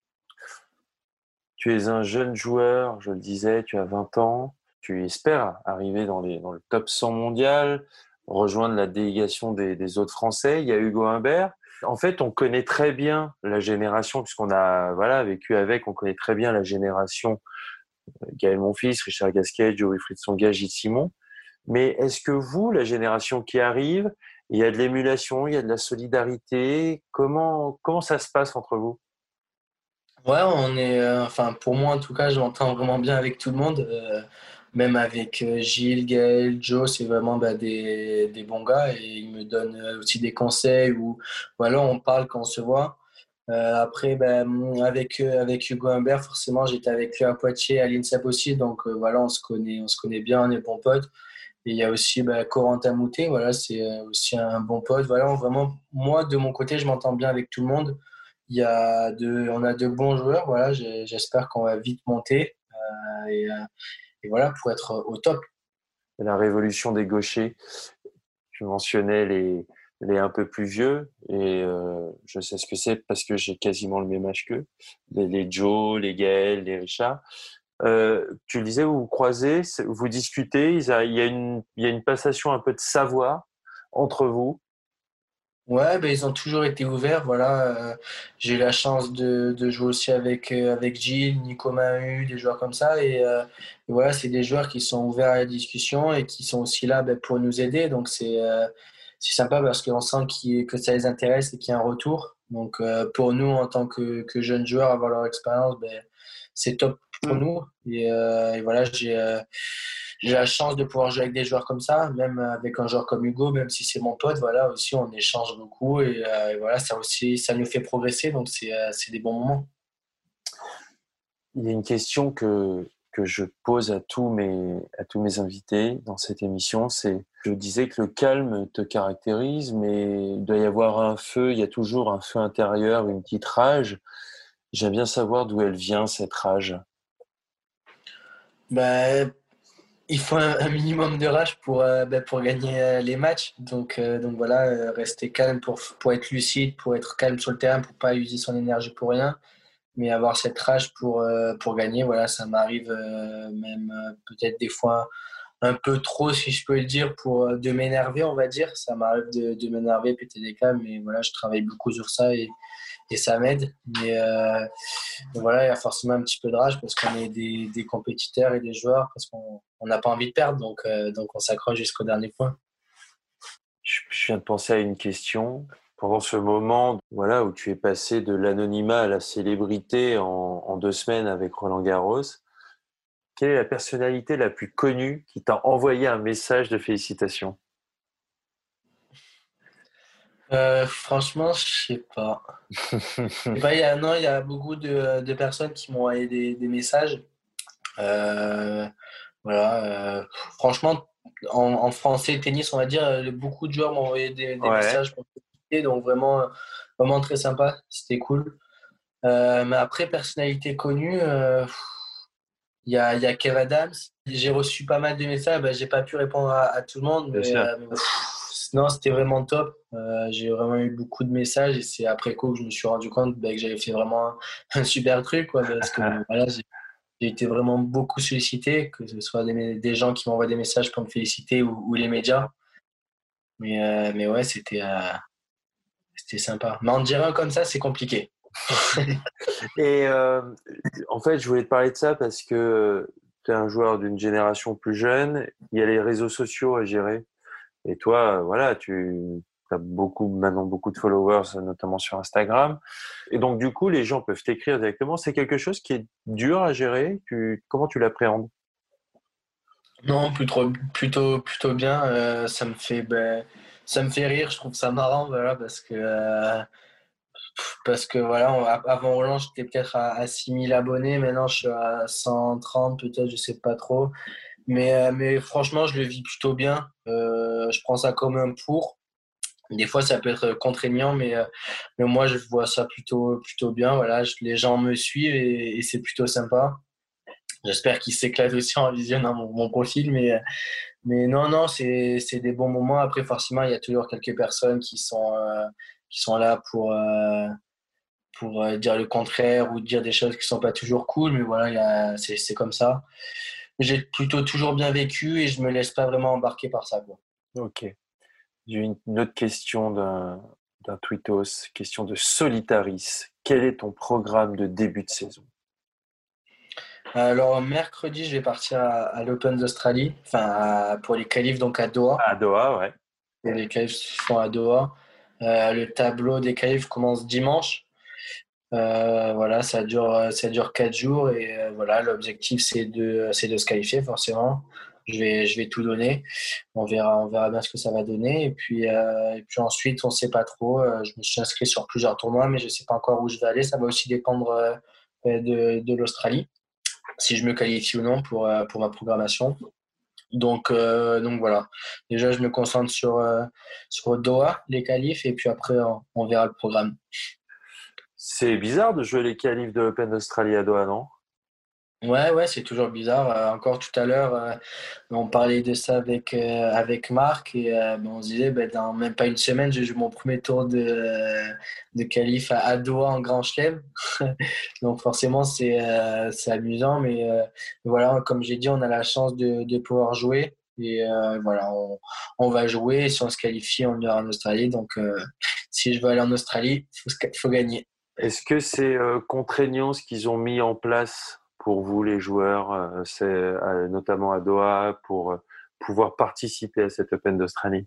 Speaker 4: Tu es un jeune joueur, je le disais, tu as vingt ans. Tu espères arriver dans les, dans le top cent mondial, rejoindre la délégation des, des autres Français. Il y a Hugo Humbert. En fait, on connaît très bien la génération, puisqu'on a voilà vécu avec, on connaît très bien la génération euh, Gaël Monfils, Richard Gasquet, Joe Wilfried Tsonga, Gilles Simon. Mais est-ce que vous, la génération qui arrive, il y a de l'émulation, il y a de la solidarité? Comment, comment ça se passe entre vous?
Speaker 2: Ouais, on est, euh, enfin, pour moi en tout cas, je m'entends vraiment bien avec tout le monde, euh, même avec euh, Gilles, Gaël, Joe, c'est vraiment bah, des, des bons gars et ils me donnent euh, aussi des conseils ou, ou alors on parle quand on se voit. Euh, après, ben, avec, euh, avec Hugo Humbert, forcément, j'étais avec lui à Poitiers, à l'INSEP aussi, donc euh, voilà, on se connaît, on se connaît bien, on est bons potes. Et il y a aussi ben, Corentin Moutet, voilà, c'est euh, aussi un bon pote. Voilà, vraiment, moi, de mon côté, je m'entends bien avec tout le monde. Il y a de, on a de bons joueurs, voilà, j'ai- j'espère qu'on va vite monter. Euh, et, euh, et voilà, pour être au top.
Speaker 4: La révolution des gauchers. Tu mentionnais les, les un peu plus vieux et euh, je sais ce que c'est parce que j'ai quasiment le même âge qu'eux. Les, les Joe, les Gaël, les Richard. Euh, tu le disais, vous vous croisez, c'est- vous discutez, il y a, il y a une, il y a une passation un peu de savoir entre vous.
Speaker 2: Ouais, ben, ils ont toujours été ouverts. Voilà, euh, j'ai eu la chance de, de jouer aussi avec, euh, avec Gilles, Nico Mahut, des joueurs comme ça. Et, euh, et voilà, c'est des joueurs qui sont ouverts à la discussion et qui sont aussi là ben, pour nous aider. Donc c'est euh, c'est sympa parce qu'on sent qu'il- que ça les intéresse et qu'il y a un retour. Donc euh, pour nous, en tant que, que jeunes joueurs, avoir leur expérience, ben, c'est top pour nous. Et, euh, et voilà, j'ai euh, j'ai la chance de pouvoir jouer avec des joueurs comme ça, même avec un joueur comme Hugo, même si c'est mon pote, voilà, aussi on échange beaucoup et, euh, et voilà, ça aussi, ça nous fait progresser, donc c'est euh, c'est des bons moments.
Speaker 4: Il y a une question que, que je pose à tous mes, à tous mes invités dans cette émission, c'est, je disais que le calme te caractérise, mais il doit y avoir un feu, il y a toujours un feu intérieur, une petite rage. J'aime bien savoir d'où elle vient, cette rage.
Speaker 2: Ben, il faut un, un minimum de rage pour, euh, ben, pour gagner euh, les matchs, donc, euh, donc voilà, euh, rester calme pour, pour être lucide, pour être calme sur le terrain, pour pas user son énergie pour rien, mais avoir cette rage pour, euh, pour gagner, voilà, ça m'arrive euh, même euh, peut-être des fois un peu trop, si je peux le dire, pour euh, de m'énerver, on va dire. Ça m'arrive de, de m'énerver, péter des câbles, mais voilà, je travaille beaucoup sur ça et, et ça m'aide. Mais euh, voilà, il y a forcément un petit peu de rage parce qu'on est des, des compétiteurs et des joueurs, parce qu'on on n'a pas envie de perdre, donc, euh, donc on s'accroche jusqu'au dernier point.
Speaker 4: Je, je viens de penser à une question. Pendant ce moment, voilà, où tu es passé de l'anonymat à la célébrité en, en deux semaines avec Roland Garros, quelle est la personnalité la plus connue qui t'a envoyé un message de félicitations?
Speaker 2: Euh, franchement, je sais pas. Je sais pas, il y a, non, il y a beaucoup de, de personnes qui m'ont envoyé des, des messages. Euh, voilà. euh, franchement, en, en français tennis, on va dire, euh, beaucoup de joueurs m'ont envoyé des, des
Speaker 4: Ouais,
Speaker 2: messages pour me féliciter, donc vraiment, euh, vraiment très sympa. C'était cool. Euh, mais après, personnalité connue, euh, il y a, il y a Kev Adams. J'ai reçu pas mal de messages. Bah, j'ai pas pu répondre à, à tout le monde,
Speaker 4: bien
Speaker 2: mais,
Speaker 4: sûr.
Speaker 2: euh, mais, pff, non, c'était vraiment top. Euh, j'ai vraiment eu beaucoup de messages et c'est après coup que je me suis rendu compte bah, que j'avais fait vraiment un, un super truc, quoi, parce que voilà, j'ai j'ai été vraiment beaucoup sollicité, que ce soit des, des gens qui m'envoient des messages pour me féliciter ou, ou les médias. Mais, euh, mais ouais, c'était euh, c'était sympa. Mais en dire un comme ça, c'est compliqué.
Speaker 4: Et euh, en fait, je voulais te parler de ça parce que tu es un joueur d'une génération plus jeune, il y a les réseaux sociaux à gérer. Et toi, euh, voilà, tu as beaucoup, maintenant beaucoup de followers, notamment sur Instagram. Et donc, du coup, les gens peuvent t'écrire directement. C'est quelque chose qui est dur à gérer. Tu, comment tu l'appréhendes?
Speaker 2: Non, plutôt, plutôt, plutôt bien. Euh, ça me fait, ben, ça me fait rire. Je trouve ça marrant, voilà, parce que, euh, parce que voilà, on- avant Roland, j'étais peut-être à, à six mille abonnés. Maintenant, je suis à cent trente, peut-être, je sais pas trop. Mais, euh, mais franchement, je le vis plutôt bien. Euh, je prends ça comme un pour. Des fois, ça peut être contraignant, mais, euh, mais moi, je vois ça plutôt, plutôt bien. Voilà, je- les gens me suivent et, et c'est plutôt sympa. J'espère qu'ils s'éclatent aussi en visionnant mon, mon profil, mais, euh, mais non, non, c'est, c'est des bons moments. Après, forcément, il y a toujours quelques personnes qui sont, euh, qui sont là pour, euh, pour euh, dire le contraire ou dire des choses qui sont pas toujours cool, mais voilà, il y a, c'est, c'est comme ça. J'ai plutôt toujours bien vécu et je me laisse pas vraiment embarquer par ça, quoi.
Speaker 4: Ok. J'ai une, une autre question d'un, d'un tweetos, question de Solitaris. Quel est ton programme de début de saison?
Speaker 2: Alors, mercredi, je vais partir à, à l'Open d'Australie, enfin, à- pour les qualifs, donc à Doha.
Speaker 4: À Doha, ouais.
Speaker 2: Et les qualifs se font à Doha. Euh, le tableau des qualifs commence dimanche. Euh, voilà, ça dure, ça dure quatre jours et euh, voilà, l'objectif c'est de, c'est de se qualifier forcément. Je vais, je vais tout donner. On verra, on verra bien ce que ça va donner. Et puis, euh, et puis ensuite, on sait pas trop. Euh, je me suis inscrit sur plusieurs tournois, mais je sais pas encore où je vais aller. Ça va aussi dépendre euh, de, de l'Australie, si je me qualifie ou non pour, euh, pour ma programmation. Donc, euh, donc voilà. Déjà, je me concentre sur, euh, sur Doha, les qualifs, et puis après, on, on verra le programme.
Speaker 4: C'est bizarre de jouer les qualifs de l'Open d'Australie à Doha, non?
Speaker 2: Ouais, ouais, c'est toujours bizarre. Euh, encore tout à l'heure, euh, on parlait de ça avec, euh, avec Marc et euh, ben, on se disait, ben, dans même pas une semaine, je joue mon premier tour de, euh, de qualif à, à Doha en Grand Chelem. Donc forcément, c'est euh, c'est amusant, mais euh, voilà, comme j'ai dit, on a la chance de, de pouvoir jouer. Et euh, voilà, on, on va jouer. Si on se qualifie, on ira en Australie. Donc, euh, si je veux aller en Australie, il faut, faut gagner.
Speaker 4: Est-ce que c'est euh, contraignant ce qu'ils ont mis en place pour vous, les joueurs, euh, c'est, euh, notamment à Doha, pour euh, pouvoir participer à cet Open d'Australie?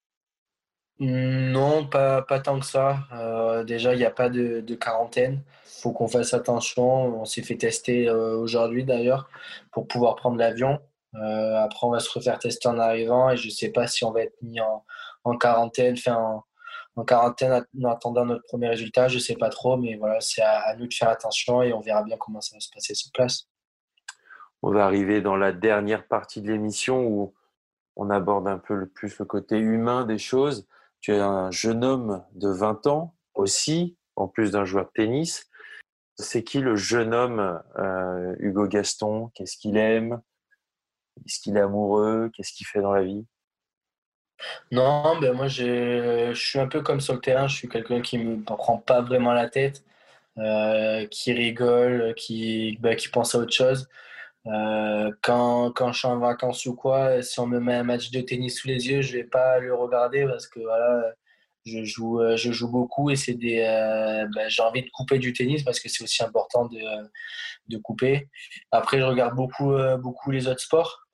Speaker 2: Non, pas, pas tant que ça. Euh, déjà, il n'y a pas de, de quarantaine. Faut qu'on fasse attention. On s'est fait tester euh, aujourd'hui d'ailleurs pour pouvoir prendre l'avion. Euh, après, on va se refaire tester en arrivant et je ne sais pas si on va être mis en, en quarantaine, enfin, en, en quarantaine en attendant notre premier résultat. Je ne sais pas trop, mais voilà, c'est à, à nous de faire attention et on verra bien comment ça va se passer sur place.
Speaker 4: On va arriver dans la dernière partie de l'émission où on aborde un peu le plus le côté humain des choses. Tu es un jeune homme de vingt ans aussi, en plus d'un joueur de tennis. C'est qui le jeune homme euh, Hugo Gaston? Qu'est-ce qu'il aime? Est-ce qu'il est amoureux? Qu'est-ce qu'il fait dans la vie?
Speaker 2: Non, ben moi, je, je suis un peu comme sur le terrain. Je suis quelqu'un qui ne me prend pas vraiment la tête. Euh, qui rigole, qui, bah, qui pense à autre chose. Euh, quand, quand je suis en vacances ou quoi, si on me met un match de tennis sous les yeux, je vais pas le regarder parce que voilà, je joue, euh, je joue beaucoup et c'est des, euh, bah, j'ai envie de couper du tennis parce que c'est aussi important de, de couper. Après, je regarde beaucoup, euh, beaucoup les autres sports.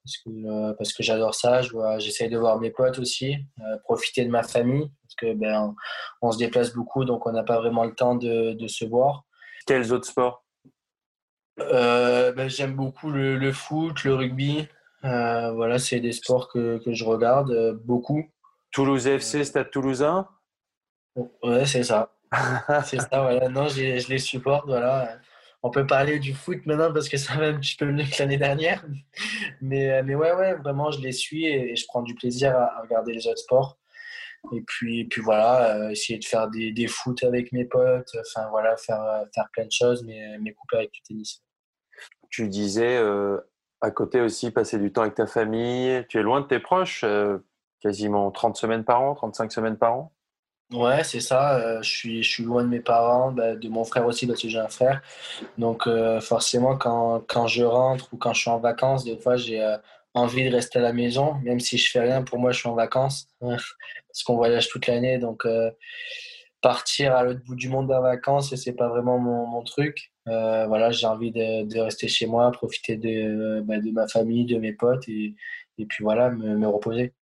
Speaker 2: parce que, euh, parce que j'adore ça. Je vois, j'essaye de voir mes potes aussi, euh, profiter de ma famille, parce que ben, on, on se déplace beaucoup, donc on n'a pas vraiment le temps de, de se voir.
Speaker 4: Quels autres sports?
Speaker 2: Euh, ben, j'aime beaucoup le, le foot, le rugby. Euh, voilà, c'est des sports que, que je regarde euh, beaucoup.
Speaker 4: Toulouse F C, Stade Toulousain?
Speaker 2: Ouais, c'est ça. C'est ça, voilà. Non, j'ai- je les supporte, voilà. On peut parler du foot maintenant parce que ça va un petit peu mieux que l'année dernière. Mais, euh, mais ouais, ouais, vraiment, je les suis et je prends du plaisir à, à regarder les autres sports. Et puis, et puis voilà, euh, essayer de faire des, des foot avec mes potes, enfin voilà, faire, euh, faire plein de choses, mais, mais couper avec du tennis.
Speaker 4: Tu disais euh, à côté aussi passer du temps avec ta famille. Tu es loin de tes proches, euh, quasiment trente semaines par an, trente-cinq semaines par an.
Speaker 2: Ouais, c'est ça. euh, je suis, je suis loin de mes parents, bah, de mon frère aussi parce que j'ai un frère. Donc euh, forcément, quand, quand je rentre ou quand je suis en vacances, des fois, j'ai euh, envie de rester à la maison, même si je fais rien. Pour moi, je suis en vacances hein, parce qu'on voyage toute l'année. Donc euh, partir à l'autre bout du monde en vacances, c'est pas vraiment mon, mon truc. Euh, voilà, j'ai envie de, de rester chez moi, profiter de, bah, de ma famille, de mes potes et, et puis voilà, me, me reposer.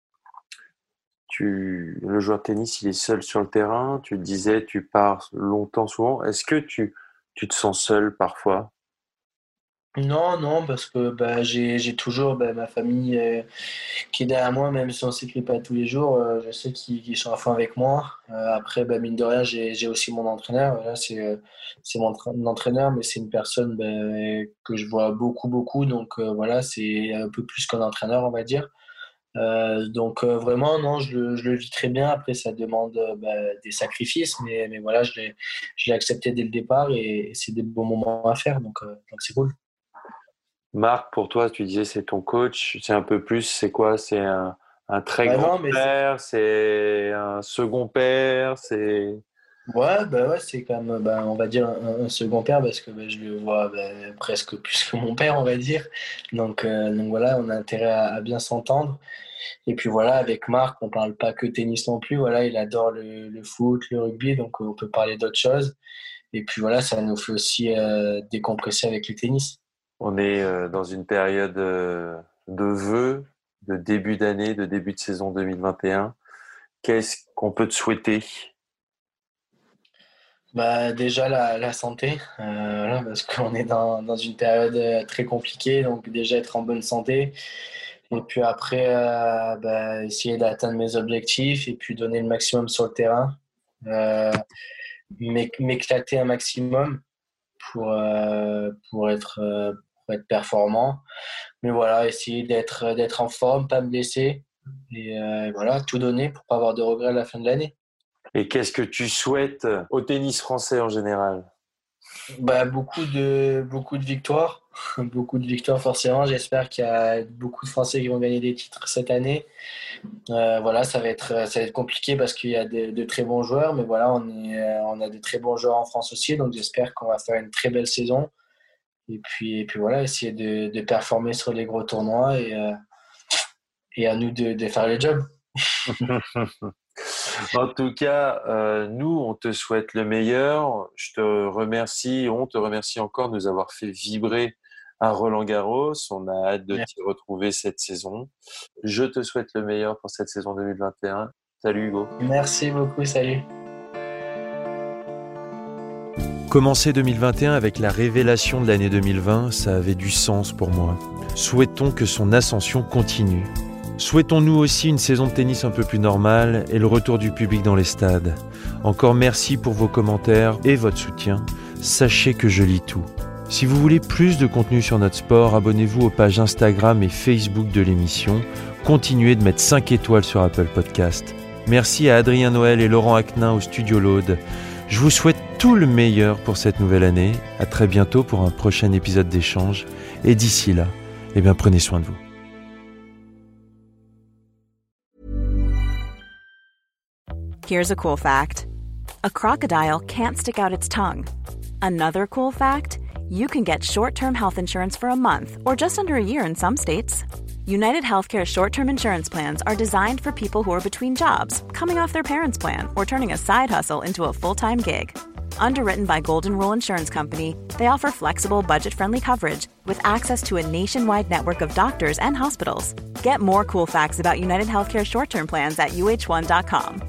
Speaker 4: Tu, le joueur de tennis, il est seul sur le terrain. Tu disais, tu pars longtemps souvent. Est-ce que tu, tu te sens seul parfois?
Speaker 2: Non, non, parce que bah, j'ai, j'ai toujours bah, ma famille euh, qui est derrière moi, même si on ne s'écrit pas tous les jours, euh, je sais qu'ils, qu'ils sont à fond avec moi. Euh, après, bah, mine de rien, j'ai, j'ai aussi mon entraîneur. Là, c'est, euh, c'est mon tra- mon entraîneur, mais c'est une personne bah, que je vois beaucoup, beaucoup. Donc euh, voilà, c'est un peu plus qu'un entraîneur, on va dire. Euh, donc euh, vraiment, non, je le, je le vis très bien. Après, ça demande euh, bah, des sacrifices, mais, mais voilà, je l'ai, je l'ai accepté dès le départ et, et c'est des bons moments à faire, donc, euh, donc c'est cool.
Speaker 4: Marc, pour toi, tu disais c'est ton coach. C'est un peu plus, c'est quoi? C'est un, un très
Speaker 2: Bah
Speaker 4: grand
Speaker 2: non, mais c'est-
Speaker 4: frère, c'est un second père, c'est...
Speaker 2: ouais, bah ouais, c'est quand même, bah, on va dire un, un second père parce que bah, je le vois bah, presque plus que mon père, on va dire. Donc, euh, donc voilà, on a intérêt à, à bien s'entendre. Et puis voilà, avec Marc, on parle pas que tennis non plus. Voilà, il adore le, le foot, le rugby, donc on peut parler d'autres choses. Et puis voilà, ça nous fait aussi euh, décompresser avec le tennis.
Speaker 4: On est euh, dans une période euh, de vœux, de début d'année, de début de saison deux mille vingt et un. Qu'est-ce qu'on peut te souhaiter?
Speaker 2: Bah, déjà la, la santé, euh, voilà, parce qu'on est dans, dans une période euh, très compliquée, donc déjà être en bonne santé. Et puis après, euh, bah, essayer d'atteindre mes objectifs et puis donner le maximum sur le terrain, euh, m'éc- m'éclater un maximum pour, euh, pour être, euh, pour être performant. Mais voilà, essayer d'être, d'être en forme, pas me blesser et euh, voilà, tout donner pour pas avoir de regrets à la fin de l'année.
Speaker 4: Et qu'est-ce que tu souhaites au tennis français en général?
Speaker 2: Bah, beaucoup de, beaucoup de victoires. Beaucoup de victoires, forcément. J'espère qu'il y a beaucoup de Français qui vont gagner des titres cette année. Euh, voilà, ça va être, ça va être compliqué parce qu'il y a de, de très bons joueurs, mais voilà, on, est, euh, on a de très bons joueurs en France aussi. Donc, j'espère qu'on va faire une très belle saison. Et puis, et puis voilà, essayer de, de performer sur les gros tournois et, euh, et à nous de, de faire le job.
Speaker 4: En tout cas, euh, nous, on te souhaite le meilleur. Je te remercie, on te remercie encore de nous avoir fait vibrer à Roland-Garros. On a hâte de
Speaker 2: Merci.
Speaker 4: t'y retrouver cette saison. Je te souhaite le meilleur pour cette saison deux mille vingt et un. Salut Hugo.
Speaker 2: Merci beaucoup, salut.
Speaker 3: Commencer deux mille vingt et un avec la révélation de l'année deux mille vingt, ça avait du sens pour moi. Souhaitons que son ascension continue. Souhaitons-nous aussi une saison de tennis un peu plus normale et le retour du public dans les stades. Encore merci pour vos commentaires et votre soutien. Sachez que je lis tout. Si vous voulez plus de contenu sur notre sport, abonnez-vous aux pages Instagram et Facebook de l'émission. Continuez de mettre cinq étoiles sur Apple Podcast. Merci à Adrien Noël et Laurent Aquenin au Studio l'Aude. Je vous souhaite tout le meilleur pour cette nouvelle année. À très bientôt pour un prochain épisode d'échange. Et d'ici là, eh bien, prenez soin de vous.
Speaker 5: Here's a cool fact. A crocodile can't stick out its tongue. Another cool fact, you can get short-term health insurance for a month or just under a year in some states. United Healthcare short-term insurance plans are designed for people who are between jobs, coming off their parents' plan, or turning a side hustle into a full-time gig. Underwritten by Golden Rule Insurance Company, they offer flexible, budget-friendly coverage with access to a nationwide network of doctors and hospitals. Get more cool facts about United Healthcare short-term plans at U H one dot com.